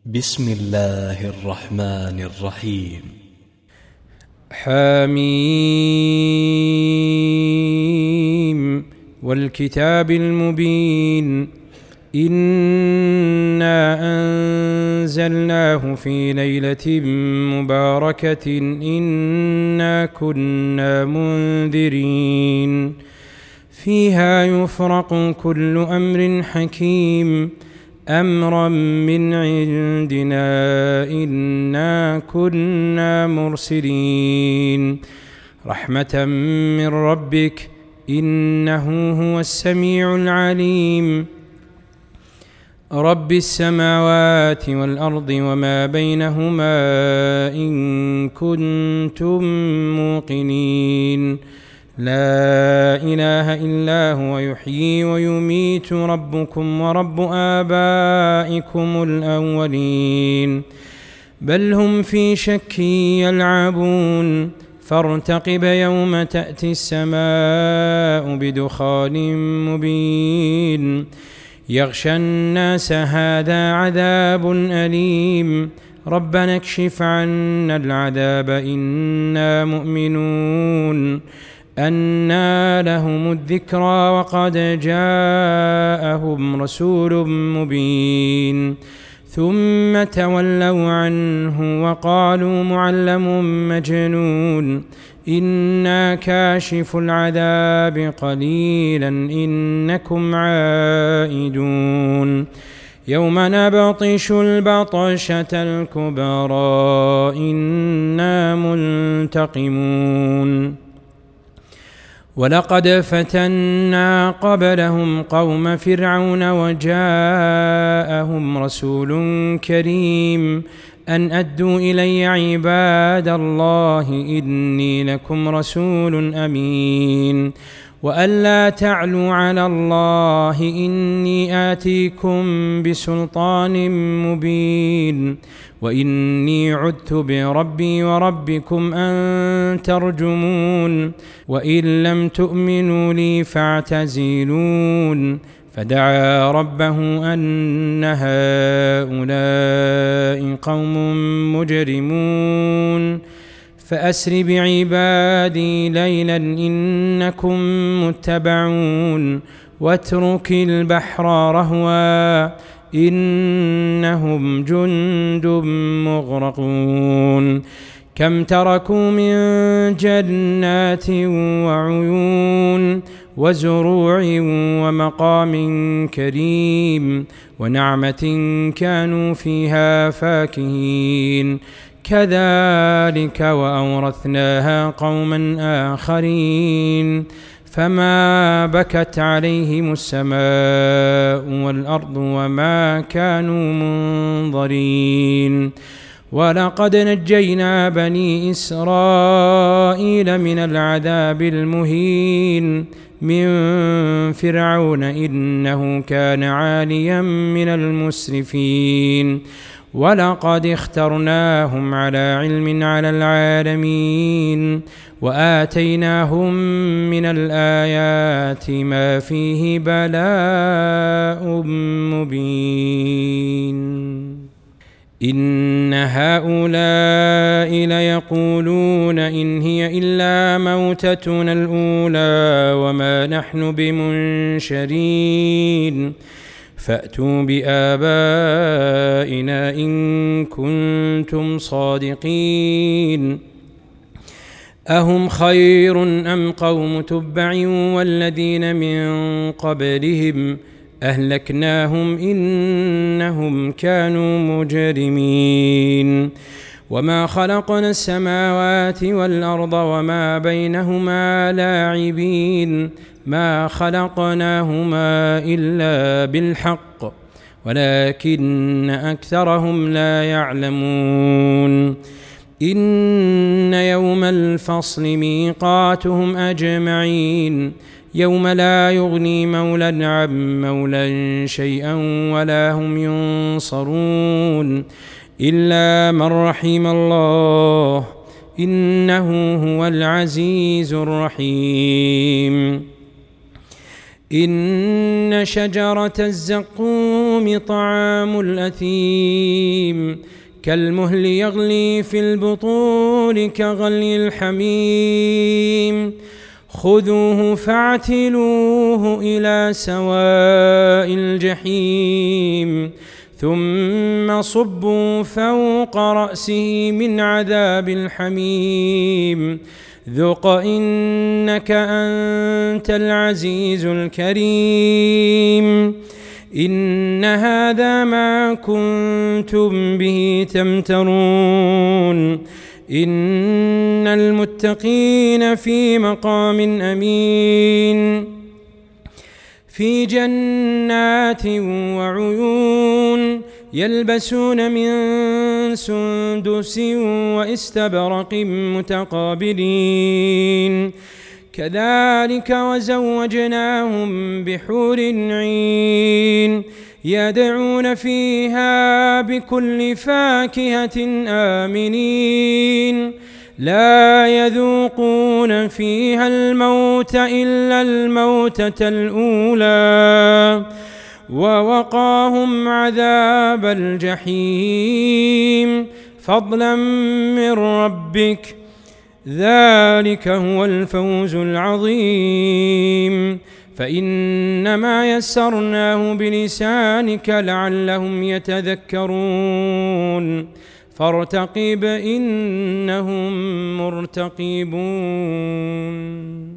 بسم الله الرحمن الرحيم. حميم والكتاب المبين. إنا أنزلناه في ليلة مباركة إنا كنا منذرين فيها يفرق كل أمر حكيم أمرا من عندنا إنا كنا مرسلين رحمة من ربك إنه هو السميع العليم رب السماوات والأرض وما بينهما إن كنتم موقنين لا إله إلا هو يحيي ويميت ربكم ورب آبائكم الأولين بل هم في شك يلعبون فارتقب يوم تأتي السماء بدخان مبين يغشى الناس هذا عذاب أليم ربنا اكشف عنا العذاب إنا مؤمنون أنى لهم الذكرى وقد جاءهم رسول مبين ثم تولوا عنه وقالوا معلم مجنون إنا كاشف العذاب قليلا إنكم عائدون يوم نبطش البطشة الكبرى إنا منتقمون ولقد فتنا قبلهم قوم فرعون وجاءهم رسول كريم أن أدوا إلي عباد الله إني لكم رسول أمين وأن لا تعلوا على الله إني آتيكم بسلطان مبين وإني عذت بربي وربكم أن ترجمون وإن لم تؤمنوا لي فاعتزلون فدعا ربه أن هؤلاء قوم مجرمون فأسر بعبادي ليلا إنكم متبعون واترك البحر رهوا إنهم جند مغرقون كم تركوا من جنات وعيون وزروع ومقام كريم ونعمة كانوا فيها فاكهين كذلك وأورثناها قوما آخرين فما بكت عليهم السماء والأرض وما كانوا منظرين ولقد نجينا بني إسرائيل من العذاب المهين من فرعون إنه كان عاليا من المسرفين ولقد اخترناهم على علم على العالمين وآتيناهم من الآيات ما فيه بلاء مبين إن هؤلاء ليقولون إن هي إلا موتتنا الأولى وما نحن بمنشرين فأتوا بآبائنا إن كنتم صادقين أهم خير أم قوم تبع والذين من قبلهم أهلكناهم إنهم كانوا مجرمين وما خلقنا السماوات والأرض وما بينهما لاعبين ما خلقناهما إلا بالحق ولكن أكثرهم لا يعلمون إن يوم الفصل ميقاتهم أجمعين يوم لا يغني مولى عن مولى شيئا ولا هم ينصرون إلا من رحم الله إنه هو العزيز الرحيم إن شجرة الزقوم طعام الأثيم كالمهل يغلي في البطون كغلي الحميم خذوه فاعتلوه إلى سواء الجحيم ثم صبوا فوق رأسه من عذاب الحميم ذق إنك أنت العزيز الكريم إن هذا ما كنتم به تمترون إن المتقين في مقام أمين في جنات وعيون يلبسون من سندس واستبرق متقابلين كذلك وزوجناهم بحور عين يدعون فيها بكل فاكهة آمنين لا يذوقون فيها الموت إلا الموتة الأولى ووقاهم عذاب الجحيم فضلا من ربك ذلك هو الفوز العظيم فإنما يسرناه بلسانك لعلهم يتذكرون فارتقب إنهم مرتقبون